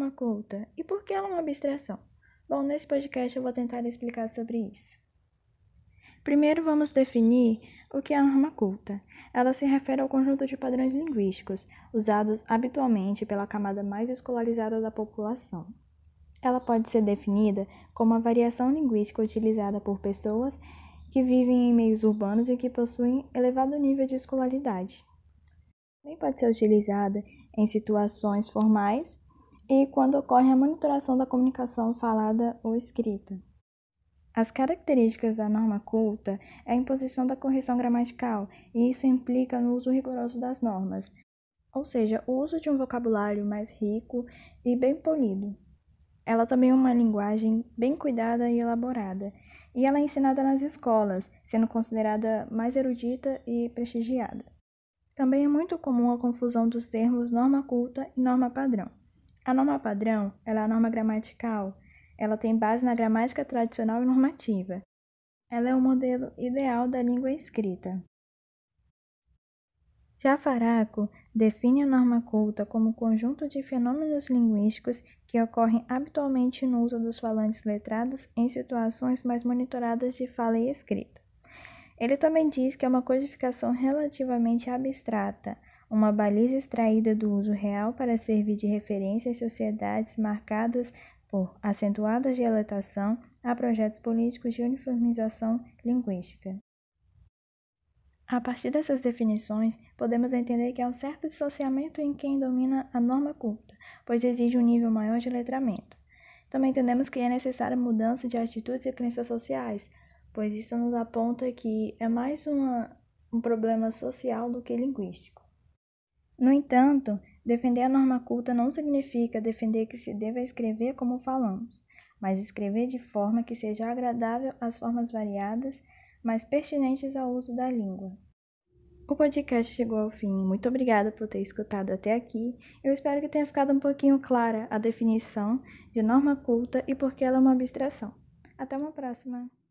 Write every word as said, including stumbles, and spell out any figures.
norma culta e por que ela é uma abstração? Bom, nesse podcast eu vou tentar explicar sobre isso. Primeiro vamos definir o que é a norma culta. Ela se refere ao conjunto de padrões linguísticos usados habitualmente pela camada mais escolarizada da população. Ela pode ser definida como a variação linguística utilizada por pessoas que vivem em meios urbanos e que possuem elevado nível de escolaridade. Também pode ser utilizada em situações formais e quando ocorre a monitoração da comunicação falada ou escrita. As características da norma culta é a imposição da correção gramatical, e isso implica no uso rigoroso das normas, ou seja, o uso de um vocabulário mais rico e bem polido. Ela também é uma linguagem bem cuidada e elaborada, e ela é ensinada nas escolas, sendo considerada mais erudita e prestigiada. Também é muito comum a confusão dos termos norma culta e norma padrão. A norma padrão ela é a norma gramatical, ela tem base na gramática tradicional e normativa. Ela é o modelo ideal da língua escrita. Já Faraco define a norma culta como um conjunto de fenômenos linguísticos que ocorrem habitualmente no uso dos falantes letrados em situações mais monitoradas de fala e escrita. Ele também diz que é uma codificação relativamente abstrata, uma baliza extraída do uso real para servir de referência em sociedades marcadas por acentuadas dialetação a projetos políticos de uniformização linguística. A partir dessas definições, podemos entender que há um certo dissociamento em quem domina a norma culta, pois exige um nível maior de letramento. Também entendemos que é necessária mudança de atitudes e crenças sociais, pois isso nos aponta que é mais uma, um problema social do que linguístico. No entanto, defender a norma culta não significa defender que se deva escrever como falamos, mas escrever de forma que seja agradável às formas variadas, mas pertinentes ao uso da língua. O podcast chegou ao fim. Muito obrigada por ter escutado até aqui. Eu espero que tenha ficado um pouquinho clara a definição de norma culta e por que ela é uma abstração. Até uma próxima!